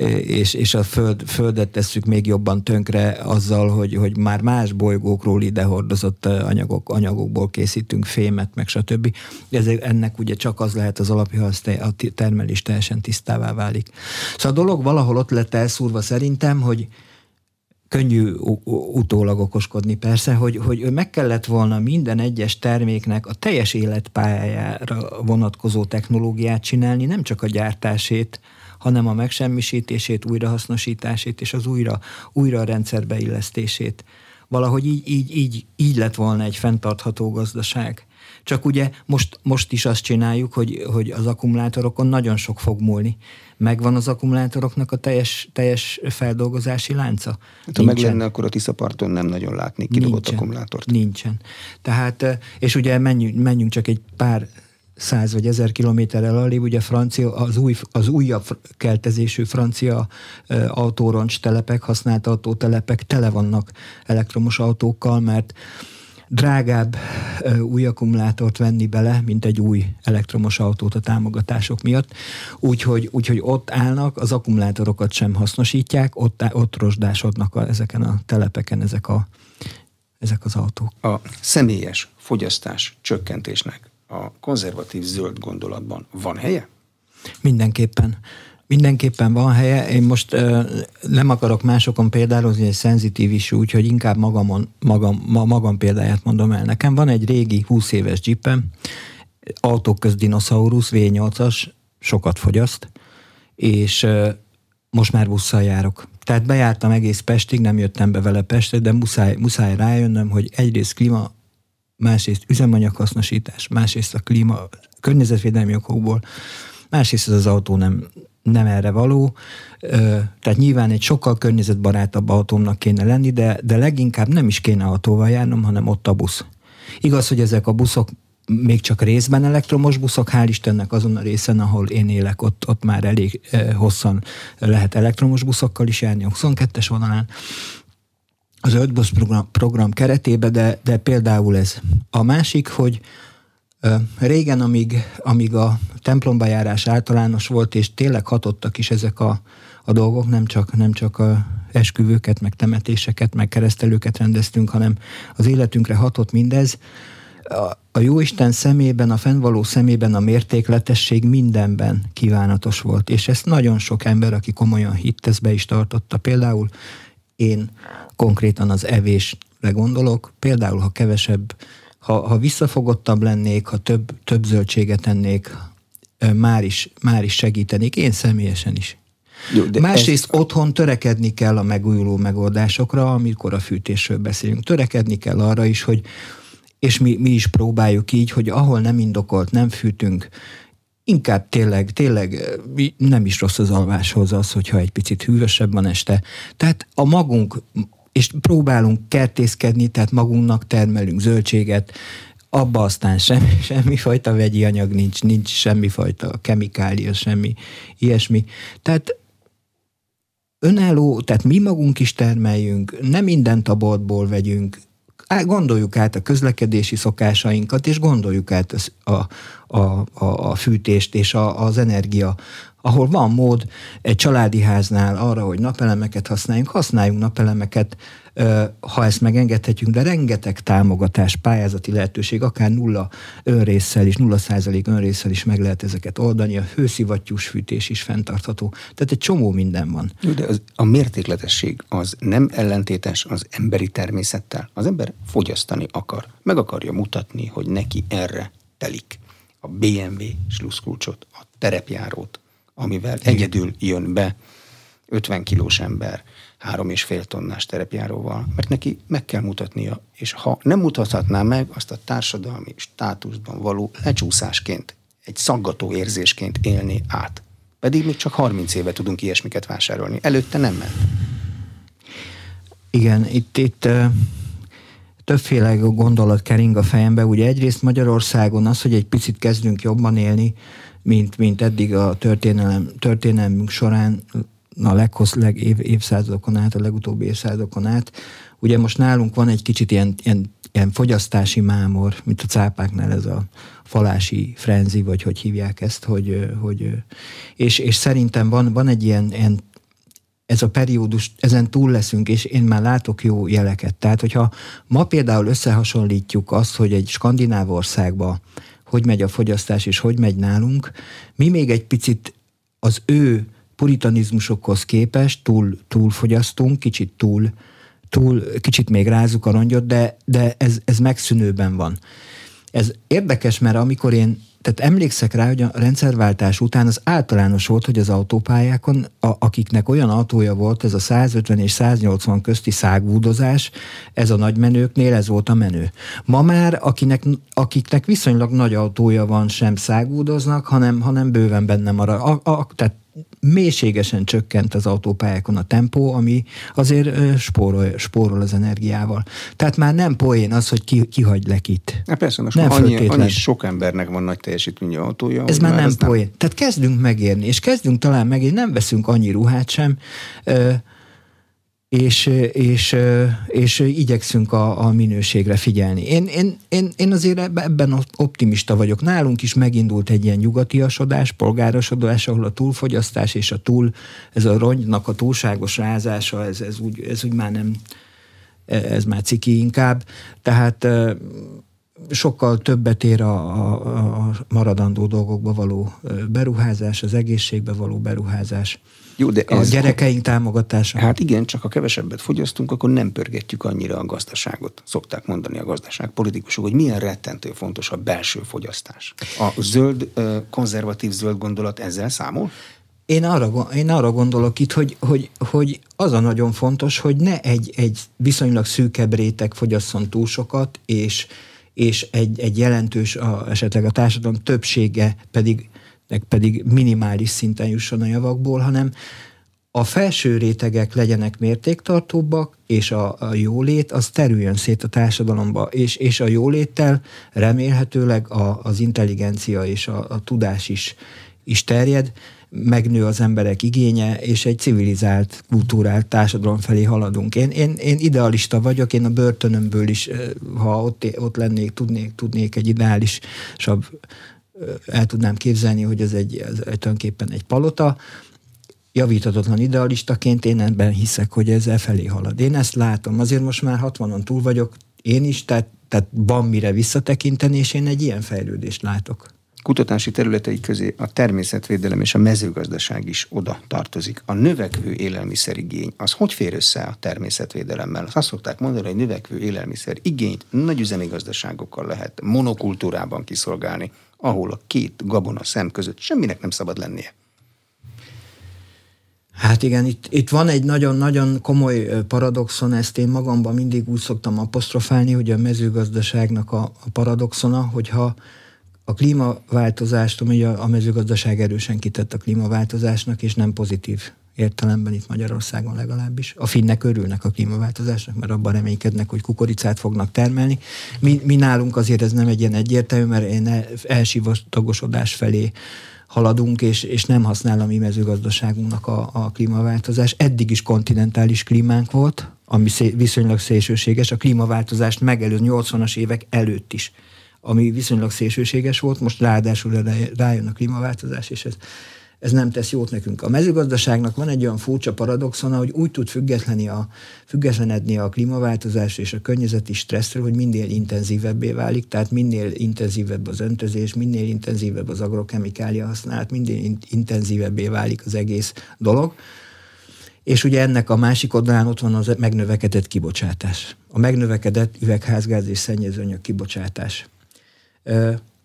és a földet tesszük még jobban tönkre azzal, hogy már más bolygókról idehordozott anyagokból készítünk fémet, meg stb. Ennek ugye csak az lehet az alapja, a termelés teljesen tisztává válik. Szóval a dolog valahol ott lett elszúrva szerintem, hogy könnyű utólag okoskodni persze, hogy meg kellett volna minden egyes terméknek a teljes életpályájára vonatkozó technológiát csinálni, nem csak a gyártásét, hanem a megsemmisítését, újrahasznosításét és az újra a rendszerbe illesztését. Valahogy így lett volna egy fenntartható gazdaság. Csak ugye most is azt csináljuk, hogy az akkumulátorokon nagyon sok fog múlni. Megvan az akkumulátoroknak a teljes feldolgozási lánca? Ha meg lenne, akkor a Tiszaparton nem nagyon látni kidobott akkumulátort. Nincsen. Tehát, és ugye menjünk csak egy pár 100 vagy 1000 kilométerrel alébb, ugye az újabb keltezésű francia autóroncs telepek, használt autótelepek tele vannak elektromos autókkal, mert drágább új akkumulátort venni bele, mint egy új elektromos autót a támogatások miatt. Úgyhogy ott állnak, az akkumulátorokat sem hasznosítják, ott rozsdásodnak ezeken a telepeken ezek az autók. A személyes fogyasztás csökkentésnek a konzervatív zöld gondolatban van helye? Mindenképpen van helye. Én most nem akarok másokon példálozni, egy szenzitív is, úgyhogy inkább magam példáját mondom el. Nekem van egy régi 20 éves Jeepem, autók közt dinoszaurusz, V8-as, sokat fogyaszt, és most már busszal járok. Tehát bejártam egész Pestig, nem jöttem be vele Pestre, de muszáj rájönnöm, hogy egyrészt klíma, másrészt üzemanyaghasznosítás, másrészt a klíma környezetvédelmi okokból, másrészt az autó nem erre való, tehát nyilván egy sokkal környezetbarátabb autómnak kéne lenni, de leginkább nem is kéne autóval járnom, hanem ott a busz. Igaz, hogy ezek a buszok még csak részben elektromos buszok, hál' Istennek azon a részen, ahol én élek, ott már elég hosszan lehet elektromos buszokkal is járni a 22-es vonalán, az 5 busz program keretében, de például ez. A másik, hogy régen, amíg a templomba járás általános volt, és tényleg hatottak is ezek a dolgok, nem csak a esküvőket, meg temetéseket, meg keresztelőket rendeztünk, hanem az életünkre hatott mindez. A Jóisten szemében, a fennvaló szemében a mértékletesség mindenben kívánatos volt, és ezt nagyon sok ember, aki komolyan hitt, ezt be is tartotta. Például én konkrétan az evésre gondolok, például ha kevesebb, ha visszafogottabb lennék, ha több zöldséget ennék, már is segítenék, én személyesen is. Jó, másrészt otthon törekedni kell a megújuló megoldásokra, amikor a fűtésről beszélünk. Törekedni kell arra is, hogy, és mi is próbáljuk így, hogy ahol nem indokolt, nem fűtünk, inkább tényleg nem is rossz az alváshoz az, hogyha egy picit hűvösebb van este. Tehát a magunk, és próbálunk kertészkedni, tehát magunknak termelünk zöldséget, abba aztán semmifajta vegyi anyag nincs semmifajta kemikália, semmi ilyesmi. Tehát önálló, tehát mi magunk is termeljünk, nem mindent a boltból vegyünk, gondoljuk át a közlekedési szokásainkat, és gondoljuk át a fűtést és az energia. Ahol van mód egy családi háznál arra, hogy napelemeket használjunk napelemeket, ha ezt megengedhetjük, de rengeteg támogatás, pályázati lehetőség, akár 0% önrésszel is meg lehet ezeket oldani, a hőszivattyús fűtés is fenntartható. Tehát egy csomó minden van. De a mértékletesség az nem ellentétes az emberi természettel. Az ember fogyasztani akar. Meg akarja mutatni, hogy neki erre telik. A BMW sluszkulcsot, a terepjárót, amivel egyedül jön be 50 kilós ember 3,5 tonnás terepjáróval, mert neki meg kell mutatnia, és ha nem mutathatná meg, azt a társadalmi státuszban való lecsúszásként, egy szaggató érzésként élni át. Pedig még csak 30 éve tudunk ilyesmiket vásárolni. Előtte nem ment. Igen, itt többféle gondolat kering a fejembe. Ugye egyrészt Magyarországon az, hogy egy picit kezdünk jobban élni, mint eddig a történelmünk során, a évszázadokon át, a legutóbbi évszázadokon át. Ugye most nálunk van egy kicsit ilyen fogyasztási mámor, mint a cápáknál ez a falási frenzi, vagy hogy hívják ezt, és szerintem van egy ilyen ez a periódus, ezen túl leszünk, és én már látok jó jeleket. Tehát, hogyha ma például összehasonlítjuk azt, hogy egy skandináv országban hogy megy a fogyasztás, és hogy megy nálunk, mi még egy picit az ő puritanizmusokhoz képest túl fogyasztunk, kicsit még rázzuk a rongyot, de ez megszűnőben van. Ez érdekes, mert amikor tehát emlékszek rá, hogy a rendszerváltás után az általános volt, hogy az autópályákon, akiknek olyan autója volt, ez a 150 és 180 közti szágúdozás, ez a nagymenőknél ez volt a menő. Ma már, akiknek viszonylag nagy autója van, sem szágúdoznak, hanem bőven benne marad. Tehát mélységesen csökkent az autópályákon a tempó, ami azért spórol az energiával. Tehát már nem poén az, hogy kihagy lekit. Persze, most annyi sok embernek van nagy teljesítményű autója. Ez már nem poén. Tehát kezdünk megérni, és kezdünk talán megérni, nem veszünk annyi ruhát sem, és igyekszünk a minőségre figyelni. Én azért ebben optimista vagyok. Nálunk is megindult egy ilyen nyugatiasodás, polgárosodás, ahol a túlfogyasztás és ez a rongynak a túlságos rázása, ez úgy már nem, ez már ciki inkább. Tehát sokkal többet ér a maradandó dolgokba való beruházás, az egészségbe való beruházás. Jó, de a gyerekeink támogatása. Hát igen, csak ha kevesebbet fogyasztunk, akkor nem pörgetjük annyira a gazdaságot. Szokták mondani a gazdaságpolitikusok, hogy milyen rettentő fontos a belső fogyasztás. A konzervatív zöld gondolat ezzel számol? Én arra gondolok itt, hogy az a nagyon fontos, hogy ne egy viszonylag szűkebb réteg fogyasszon túl sokat, és egy jelentős, esetleg a társadalom többsége pedig minimális szinten jusson a javakból, hanem a felső rétegek legyenek mértéktartóbbak, és a jólét az terüljön szét a társadalomba, és a jóléttel remélhetőleg az intelligencia és a tudás is terjed, megnő az emberek igénye, és egy civilizált, kultúrált társadalom felé haladunk. Én idealista vagyok, én a börtönömből is, ha ott lennék, tudnék egy ideálisabb, el tudnám képzelni, hogy ez tulajdonképpen egy palota. Javítatotlan idealistaként én ebben hiszek, hogy ez felé halad. Én ezt látom. Azért most már 60-on túl vagyok, én is, tehát van mire visszatekinteni, és én egy ilyen fejlődést látok. Kutatási területei közé a természetvédelem és a mezőgazdaság is oda tartozik. A növekvő élelmiszerigény, az hogy fér össze a természetvédelemmel? Azt szokták mondani, hogy növekvő élelmiszerigényt nagyüzemi gazdaságokkal lehet monokultúrában kiszolgálni, ahol a két gabona szem között semminek nem szabad lennie. Hát igen, itt van egy nagyon-nagyon komoly paradoxon, ezt én magamban mindig úgy szoktam apostrofálni, hogy a mezőgazdaságnak a paradoxona, hogyha a klímaváltozást, ami a mezőgazdaság erősen kitett a klímaváltozásnak, és nem pozitív értelemben itt Magyarországon legalábbis. A finnek örülnek a klímaváltozásnak, mert abban reménykednek, hogy kukoricát fognak termelni. Mi nálunk azért ez nem egy ilyen egyértelmű, mert én elsivatagosodás felé haladunk, és nem használ a mi mezőgazdaságunknak a klímaváltozás. Eddig is kontinentális klímánk volt, ami viszonylag szélsőséges. A klímaváltozást megelőző 80-as évek előtt is, ami viszonylag szélsőséges volt, most ráadásul rájön a klímaváltozás, és ez nem tesz jót nekünk. A mezőgazdaságnak van egy olyan furcsa paradoxona, hogy úgy tud függetlenedni a klímaváltozás és a környezeti stresszről, hogy minél intenzívebbé válik, tehát minél intenzívebb az öntözés, minél intenzívebb az agrokemikália használat, minél intenzívebbé válik az egész dolog. És ugye ennek a másik oldalán ott van az megnövekedett kibocsátás. A megnövekedett üvegházgáz és szennyezőanyag kibocsátás.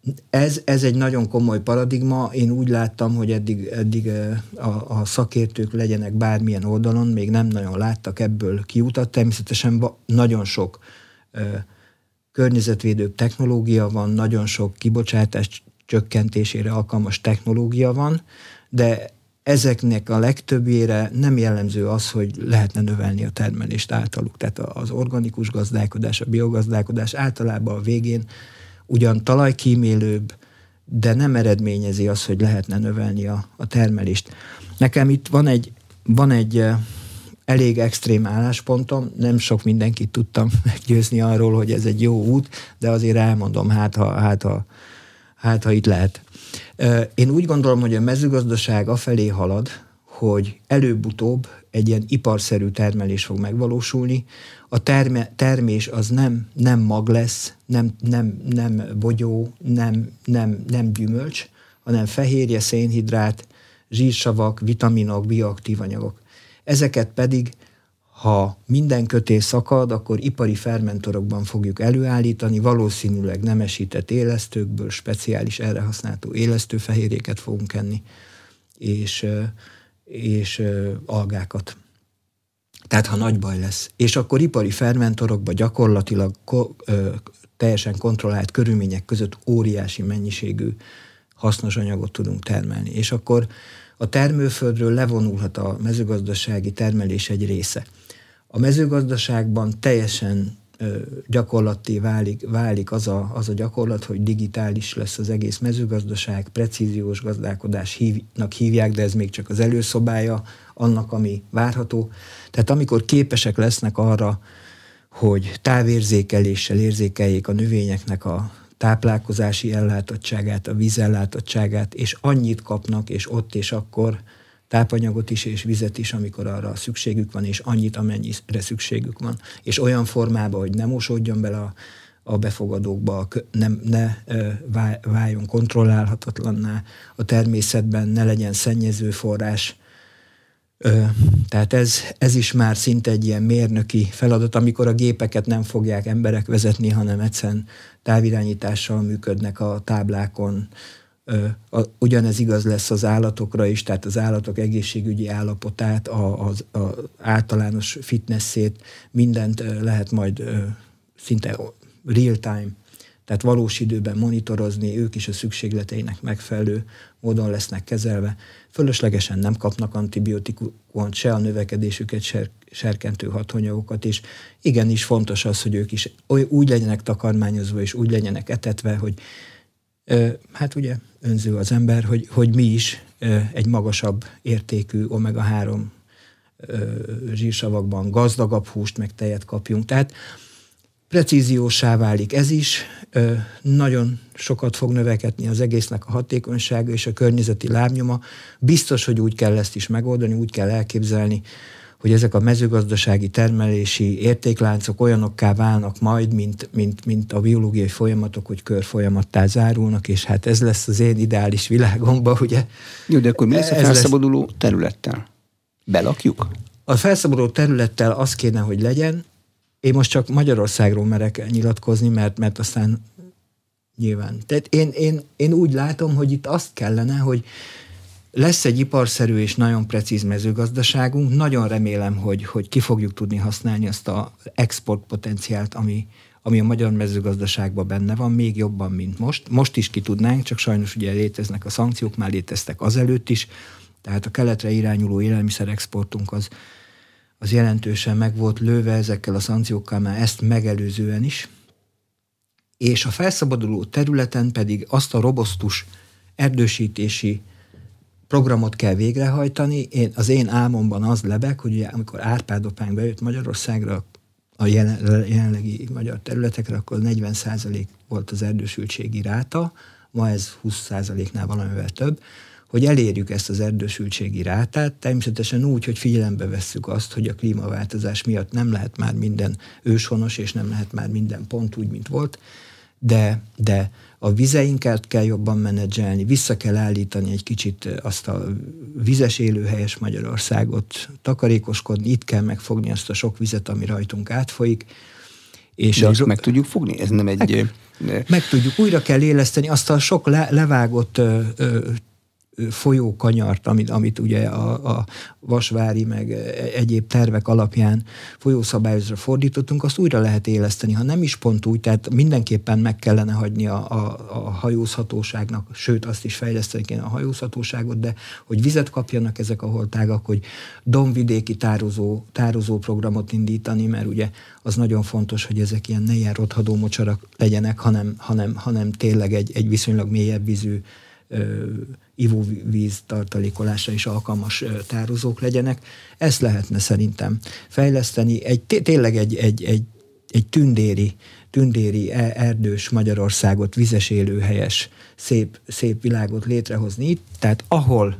Ez egy nagyon komoly paradigma. Én úgy láttam, hogy eddig a szakértők legyenek bármilyen oldalon, még nem nagyon láttak ebből kiutat. Természetesen nagyon sok környezetvédőbb technológia van, nagyon sok kibocsátás csökkentésére alkalmas technológia van, de ezeknek a legtöbbjére nem jellemző az, hogy lehetne növelni a termelést általuk. Tehát az organikus gazdálkodás, a biogazdálkodás általában a végén ugyan talajkímélőbb, de nem eredményezi azt, hogy lehetne növelni a termelést. Nekem itt van egy elég extrém álláspontom, nem sok mindenkit tudtam meggyőzni arról, hogy ez egy jó út, de azért elmondom, hát ha itt lehet. Én úgy gondolom, hogy a mezőgazdaság afelé halad, hogy előbb-utóbb egy ilyen iparszerű termelés fog megvalósulni. A termés az nem mag lesz, nem bogyó, nem gyümölcs, hanem fehérje, szénhidrát, zsírsavak, vitaminok, bioaktív anyagok. Ezeket pedig, ha minden kötés szakad, akkor ipari fermentorokban fogjuk előállítani, valószínűleg nemesített élesztőkből speciális erre használható élesztőfehérjéket fogunk enni, és algákat. Tehát, ha nagy baj lesz. És akkor ipari fermentorokban gyakorlatilag teljesen kontrollált körülmények között óriási mennyiségű hasznos anyagot tudunk termelni. És akkor a termőföldről levonulhat a mezőgazdasági termelés egy része. A mezőgazdaságban teljesen gyakorlattá válik az a gyakorlat, hogy digitális lesz az egész mezőgazdaság, precíziós gazdálkodásnak hívják, de ez még csak az előszobája annak, ami várható. Tehát amikor képesek lesznek arra, hogy távérzékeléssel érzékeljék a növényeknek a táplálkozási ellátottságát, a vízellátottságát, és annyit kapnak, és ott és akkor tápanyagot is, és vizet is, amikor arra szükségük van, és annyit, amennyire szükségük van. És olyan formában, hogy ne mosódjon bele a befogadókba, ne váljon kontrollálhatatlanná a természetben, ne legyen szennyező forrás. Tehát ez is már szinte egy ilyen mérnöki feladat, amikor a gépeket nem fogják emberek vezetni, hanem egyszerűen távirányítással működnek a táblákon. Ugyanez igaz lesz az állatokra is, tehát az állatok egészségügyi állapotát, az általános fitnesszét, mindent lehet majd szinte real time, tehát valós időben monitorozni, ők is a szükségleteinek megfelelő módon lesznek kezelve. Fölöslegesen nem kapnak antibiotikumot, se a növekedésüket serkentő hatóanyagokat, és igenis fontos az, hogy ők is úgy legyenek takarmányozva, és úgy legyenek etetve, hogy hát ugye önző az ember, hogy mi is egy magasabb értékű omega-3 zsírsavakban gazdagabb húst meg tejet kapjunk. Tehát precíziósá válik ez is, nagyon sokat fog növekedni az egésznek a hatékonysága és a környezeti lábnyoma. Biztos, hogy úgy kell ezt is megoldani, úgy kell elképzelni, hogy ezek a mezőgazdasági termelési értékláncok olyanokká válnak majd, mint a biológiai folyamatok, hogy körfolyamattá zárulnak, és hát ez lesz az én ideális világomban, ugye? Jó, de akkor mi lesz a felszabaduló területtel? Belakjuk? A felszabaduló területtel az kéne, hogy legyen. Én most csak Magyarországról merek nyilatkozni, mert aztán nyilván. Tehát én úgy látom, hogy itt azt kellene, hogy lesz egy iparszerű és nagyon precíz mezőgazdaságunk. Nagyon remélem, hogy ki fogjuk tudni használni azt az exportpotenciált, ami a magyar mezőgazdaságban benne van, még jobban, mint most. Most is ki tudnánk, csak sajnos ugye léteznek a szankciók, már léteztek azelőtt is, tehát a keletre irányuló élelmiszerexportunk az jelentősen meg volt lőve ezekkel a szankciókkal már ezt megelőzően is. És a felszabaduló területen pedig azt a robosztus erdősítési programot kell végrehajtani. Az én álmomban az lebeg, hogy ugye, amikor Árpád apánk bejött Magyarországra, a jelenlegi magyar területekre, akkor 40% volt az erdősültségi ráta, ma ez 20%-nál valamivel több, hogy elérjük ezt az erdősültségi rátát, természetesen úgy, hogy figyelembe vesszük azt, hogy a klímaváltozás miatt nem lehet már minden őshonos, és nem lehet már minden pont úgy, mint volt, de a vizeinket kell jobban menedzselni, vissza kell állítani egy kicsit azt a vizes élőhelyes Magyarországot, takarékoskodni, itt kell megfogni azt a sok vizet, ami rajtunk átfolyik. És de azt meg tudjuk fogni? Ez nem egy Meg tudjuk, újra kell éleszteni azt a sok levágott folyókanyart, amit ugye a vasvári meg egyéb tervek alapján folyószabályozásra fordítottunk, azt újra lehet éleszteni, ha nem is pont úgy, tehát mindenképpen meg kellene hagyni a hajózhatóságnak, sőt azt is fejleszteni kéne a hajózhatóságot, de hogy vizet kapjanak ezek a holtágak, hogy dombvidéki tározó programot indítani, mert ugye az nagyon fontos, hogy ezek ilyen ne ilyen rothadó mocsarak legyenek, hanem tényleg egy viszonylag mélyebb vízű ivóvíz tartalékolásra is alkalmas tározók legyenek. Ezt lehetne szerintem fejleszteni. Tényleg egy tündéri, erdős Magyarországot, vizes élőhelyes, szép világot létrehozni itt. Tehát ahol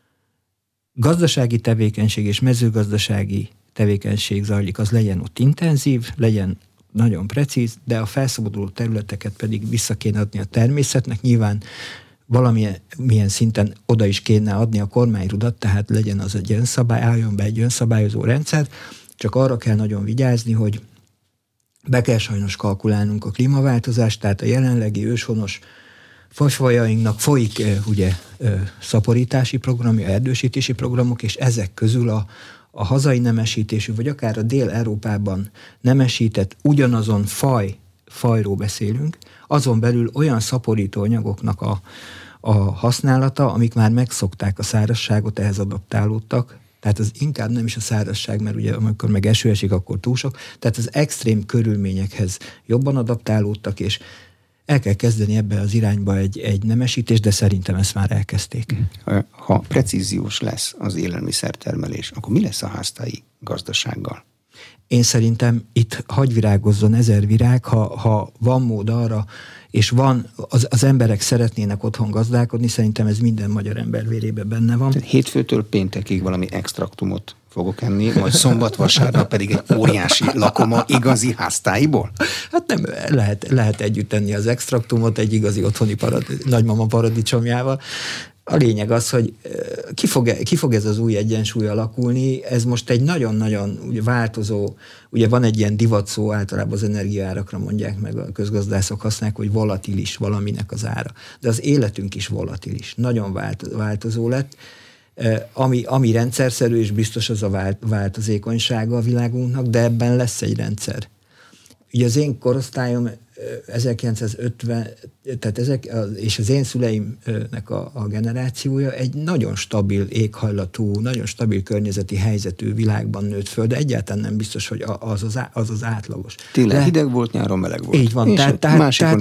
gazdasági tevékenység és mezőgazdasági tevékenység zajlik, az legyen ott intenzív, legyen nagyon precíz, de a felszabaduló területeket pedig vissza kéne adni a természetnek. Nyilván valamilyen szinten oda is kéne adni a kormányrudat, tehát legyen az egy önszabály, álljon be egy önszabályozó rendszer, csak arra kell nagyon vigyázni, hogy be kell sajnos kalkulálnunk a klímaváltozást, tehát a jelenlegi őshonos fasfajainknak folyik ugye szaporítási programja, erdősítési programok, és ezek közül a hazai nemesítésű, vagy akár a Dél-Európában nemesített ugyanazon fajról beszélünk, azon belül olyan szaporító anyagoknak a használata, amik már megszokták a szárazságot, ehhez adaptálódtak. Tehát az inkább nem is a szárazság, mert ugye amikor meg eső esik, akkor túl sok. Tehát az extrém körülményekhez jobban adaptálódtak, és el kell kezdeni ebbe az irányba egy nemesítést, de szerintem ezt már elkezdték. Ha precíziós lesz az élelmiszertermelés, akkor mi lesz a háztáji gazdasággal? Én szerintem itt hagy virágozzon 1000 virág, ha van mód arra, és van, az emberek szeretnének otthon gazdálkodni, szerintem ez minden magyar ember vérében benne van. Tehát hétfőtől péntekig valami extraktumot fogok enni, majd szombat-vasárnap pedig egy óriási lakoma igazi háztáiból? Hát nem, lehet együtt enni az extraktumot egy igazi otthoni nagymama paradicsomjával. A lényeg az, hogy ki fog ez az új egyensúly alakulni, ez most egy nagyon-nagyon ugye, változó, ugye van egy ilyen divatszó, általában az energiaárakra mondják meg, a közgazdászok használják, hogy volatilis valaminek az ára. De az életünk is volatilis, nagyon változó lett, ami rendszerszerű, és biztos az a változékonysága a világunknak, de ebben lesz egy rendszer. Ugye az én korosztályom 1950, tehát és az én szüleimnek a generációja egy nagyon stabil éghajlatú, nagyon stabil környezeti helyzetű világban nőtt föl, de egyáltalán nem biztos, hogy az az átlagos. Télen hideg volt, nyáron meleg volt. Így van, tehát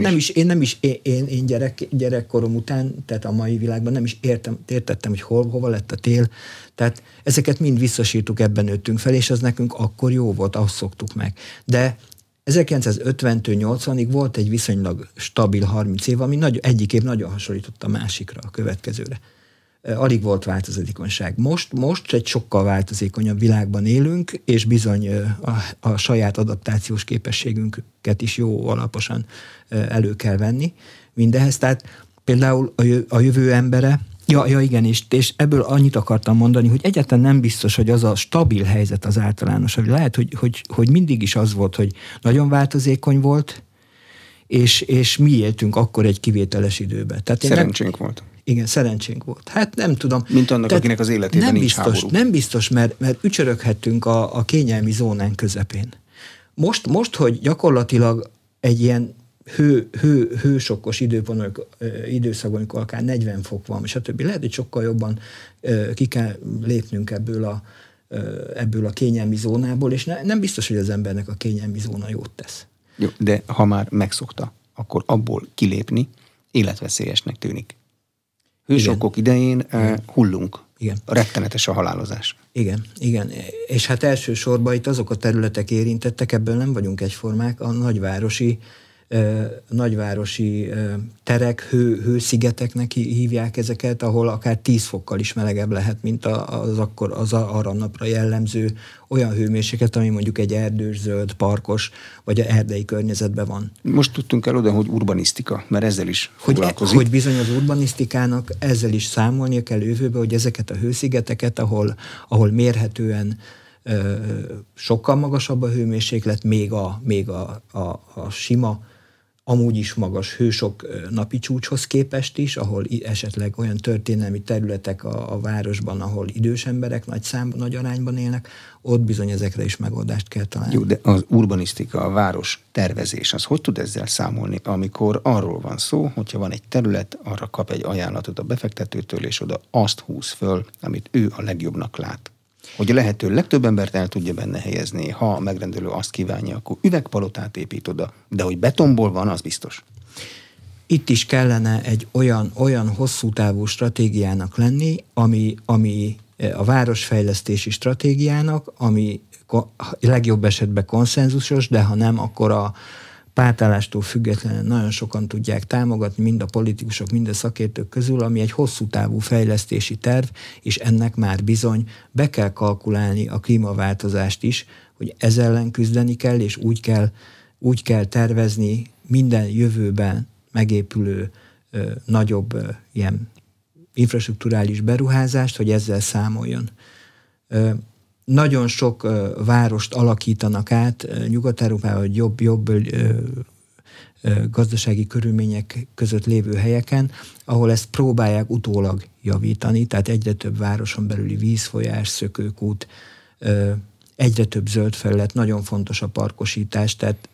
én gyerekkorom után, tehát a mai világban nem is értettem, hogy hova lett a tél, tehát ezeket mind visszasírtuk, ebben nőttünk fel, és az nekünk akkor jó volt, azt szoktuk meg. De 1950-től 80-ig volt egy viszonylag stabil 30 év, ami egyik év nagyon hasonlított a másikra, a következőre. Alig volt változékonyság. Most egy sokkal változékonyabb világban élünk, és bizony a saját adaptációs képességünket is jó alaposan elő kell venni mindehez. Tehát például a jövő embere, Ja, igen, és ebből annyit akartam mondani, hogy egyáltalán nem biztos, hogy az a stabil helyzet az általános. Lehet, hogy mindig is az volt, hogy nagyon változékony volt, és mi éltünk akkor egy kivételes időben. Tehát szerencsénk volt. Igen, szerencsénk volt. Hát nem tudom. Mint annak, akinek az életében nincs háború. Nem biztos, mert ücsöröghettünk a kényelmi zónán közepén. Most, hogy gyakorlatilag egy ilyen hősokkos időszakban, amikor akár 40 fok van, stb. Lehet, hogy sokkal jobban ki kell lépnünk ebből a kényelmi zónából, és nem biztos, hogy az embernek a kényelmi zóna jót tesz. Jó, de ha már megszokta, akkor abból kilépni életveszélyesnek tűnik. Hősokkok idején hullunk. Igen. Rettenetes a halálozás. Igen. És hát elsősorban itt azok a területek érintettek, ebből nem vagyunk egyformák, a nagyvárosi terek, hőszigeteknek hívják ezeket, ahol akár 10 fokkal is melegebb lehet, mint az arra napra jellemző olyan hőmérséklet, ami mondjuk egy erdős, zöld, parkos, vagy erdei környezetben van. Most tudtunk el oda, hogy urbanisztika, mert ezzel is foglalkozik. Hogy bizony az urbanisztikának ezzel is számolnia kell jövőbe, hogy ezeket a hőszigeteket, ahol mérhetően sokkal magasabb a hőmérséklet, még a sima amúgy is magas hősok napi csúcshoz képest is, ahol esetleg olyan történelmi területek a városban, ahol idős emberek nagy arányban élnek, ott bizony ezekre is megoldást kell találni. Jó, de az urbanisztika, a város tervezés, az hogy tud ezzel számolni, amikor arról van szó, hogyha van egy terület, arra kap egy ajánlatot a befektetőtől, és oda azt húz föl, amit ő a legjobbnak lát. Hogy a lehető legtöbb embert el tudja benne helyezni, ha a megrendelő azt kívánja, akkor üvegpalotát épít oda, de hogy betonból van, az biztos. Itt is kellene egy olyan hosszú távú stratégiának lenni, ami a városfejlesztési stratégiának, ami legjobb esetben konszenzusos, de ha nem, akkor a pártállástól függetlenül nagyon sokan tudják támogatni, mind a politikusok, mind a szakértők közül, ami egy hosszú távú fejlesztési terv, és ennek már bizony be kell kalkulálni a klímaváltozást is, hogy ezzel ellen küzdeni kell, és úgy kell tervezni minden jövőben megépülő nagyobb ilyen infrastrukturális beruházást, hogy ezzel számoljon. Nagyon sok várost alakítanak át Nyugat-Európában, hogy jobb gazdasági körülmények között lévő helyeken, ahol ezt próbálják utólag javítani, tehát egyre több városon belüli vízfolyás, szökőkút, egyre több zöld felület, nagyon fontos a parkosítás, tehát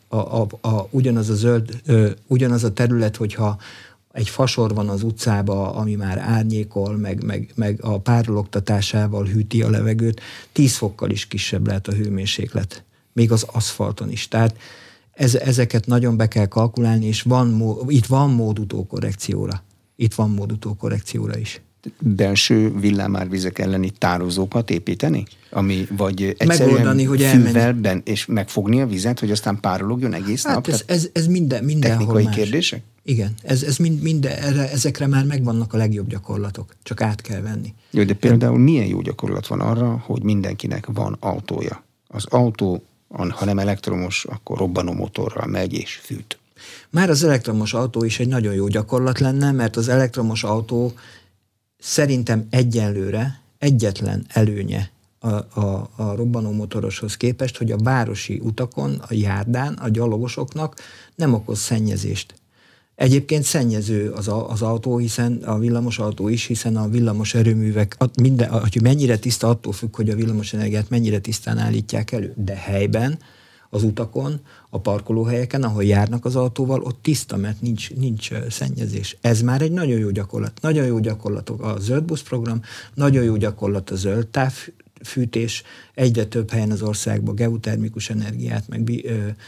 ugyanaz a terület, hogyha egy fasor van az utcába, ami már árnyékol, meg a párologtatásával hűti a levegőt, 10 fokkal is kisebb lehet a hőmérséklet, még az aszfalton is. Tehát ezeket nagyon be kell kalkulálni, és itt van mód utókorrekcióra. Itt van mód utókorrekcióra is. Belső villámárvizek elleni tározókat építeni? Ami vagy egyszerűen megoldani, hogy fűvel és megfogni a vizet, hogy aztán párologjon egész nap? Ez mindenhol technikai más. Kérdések? Igen, ezekre már megvannak a legjobb gyakorlatok, csak át kell venni. Jó, de például milyen jó gyakorlat van arra, hogy mindenkinek van autója? Az autó, ha nem elektromos, akkor robbanó motorral megy és fűt. Már az elektromos autó is egy nagyon jó gyakorlat lenne, mert az elektromos autó szerintem egyenlőre egyetlen előnye a robbanómotoroshoz képest, hogy a városi utakon, a járdán, a gyalogosoknak nem okoz szennyezést. Egyébként szennyező az autó, hiszen a villamos autó is, hiszen a villamos erőművek, hogy mennyire tiszta, attól függ, hogy a villamos energiát mennyire tisztán állítják elő. De helyben, az utakon, a parkolóhelyeken, ahol járnak az autóval, ott tiszta, mert nincs szennyezés. Ez már egy nagyon jó gyakorlat. Nagyon jó gyakorlatok a zöld busz program, nagyon jó gyakorlat a zöld távfűtés, egyre több helyen az országban geotermikus energiát, meg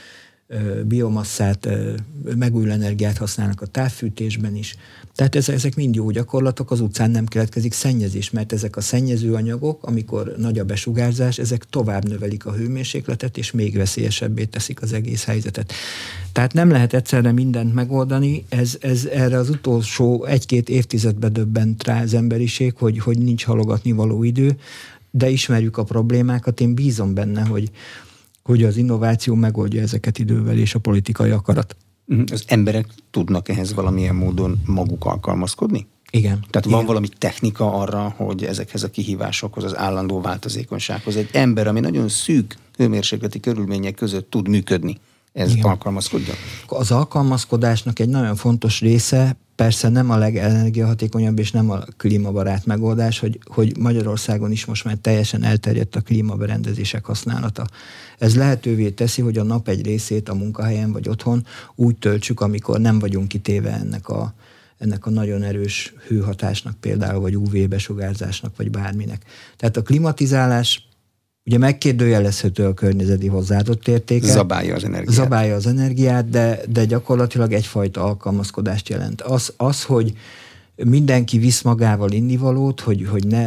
biomasszát, megújuló energiát használnak a távfűtésben is. Tehát ezek mind jó gyakorlatok, az utcán nem keletkezik szennyezés, mert ezek a szennyező anyagok, amikor nagy a besugárzás, ezek tovább növelik a hőmérsékletet, és még veszélyesebbé teszik az egész helyzetet. Tehát nem lehet egyszerre mindent megoldani, ez erre az utolsó 1-2 évtizedbe döbbent rá az emberiség, hogy nincs halogatni való idő, de ismerjük a problémákat, én bízom benne, hogy az innováció megoldja ezeket idővel, és a politikai akarat. Az emberek tudnak ehhez valamilyen módon maguk alkalmazkodni? Igen. Tehát van valami technika arra, hogy ezekhez a kihívásokhoz, az állandó változékonysághoz egy ember, ami nagyon szűk hőmérsékleti körülmények között tud működni, ez alkalmazkodjon? Az alkalmazkodásnak egy nagyon fontos része, persze nem a legenergiahatékonyabb és nem a klímabarát megoldás, hogy Magyarországon is most már teljesen elterjedt a klímaberendezések használata. Ez lehetővé teszi, hogy a nap egy részét a munkahelyen vagy otthon úgy töltsük, amikor nem vagyunk kitéve ennek a nagyon erős hőhatásnak például, vagy UV-besugárzásnak, vagy bárminek. Tehát a klimatizálás ugye megkérdőjelezhető a környezeti hozzáadott értéke. Zabálja az energiát, de gyakorlatilag egyfajta alkalmazkodást jelent. Az, hogy mindenki visz magával innivalót, hogy ne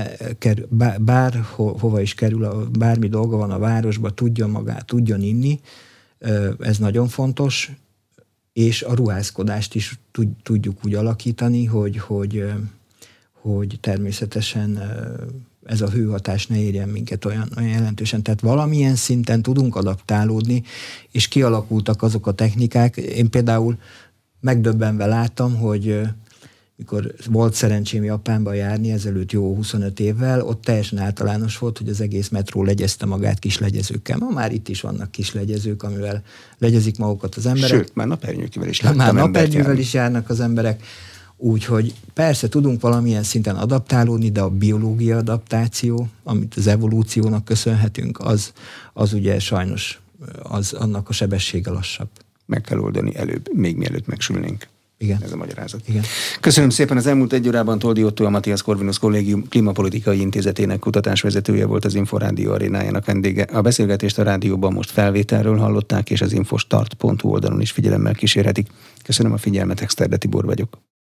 bárhova is kerül, bármi dolga van a városba, tudjon inni, ez nagyon fontos, és a ruházkodást is tudjuk úgy alakítani, hogy természetesen ez a hőhatás ne érjen minket olyan jelentősen. Tehát valamilyen szinten tudunk adaptálódni, és kialakultak azok a technikák. Én például megdöbbenve láttam, hogy mikor volt szerencsém Japánba járni ezelőtt jó 25 évvel, ott teljesen általános volt, hogy az egész metró legyezte magát kislegyezőkkel. Ma már itt is vannak kislegyezők, amivel legyezik magukat az emberek. Sőt, már napernyőkivel is láttam már napernyővel is járnak az emberek. Úgyhogy persze tudunk valamilyen szinten adaptálódni, de a biológia adaptáció, amit az evolúciónak köszönhetünk, az ugye sajnos annak a sebessége lassabb. Meg kell oldani előbb, még mielőtt megsülnénk. Igen. Ez a magyarázat. Igen. Köszönöm szépen, az elmúlt egy órában Toldy Ottó, a Matthias Corvinus Kollégium Klímapolitikai Intézetének kutatásvezetője volt az Inforádió arénájának vendége. A beszélgetést a rádióban most felvételről hallották, és az infostart.hu oldalon is figyelemmel kísérhetik. Köszönöm a figyelmet, Exterde Tibor vagyok.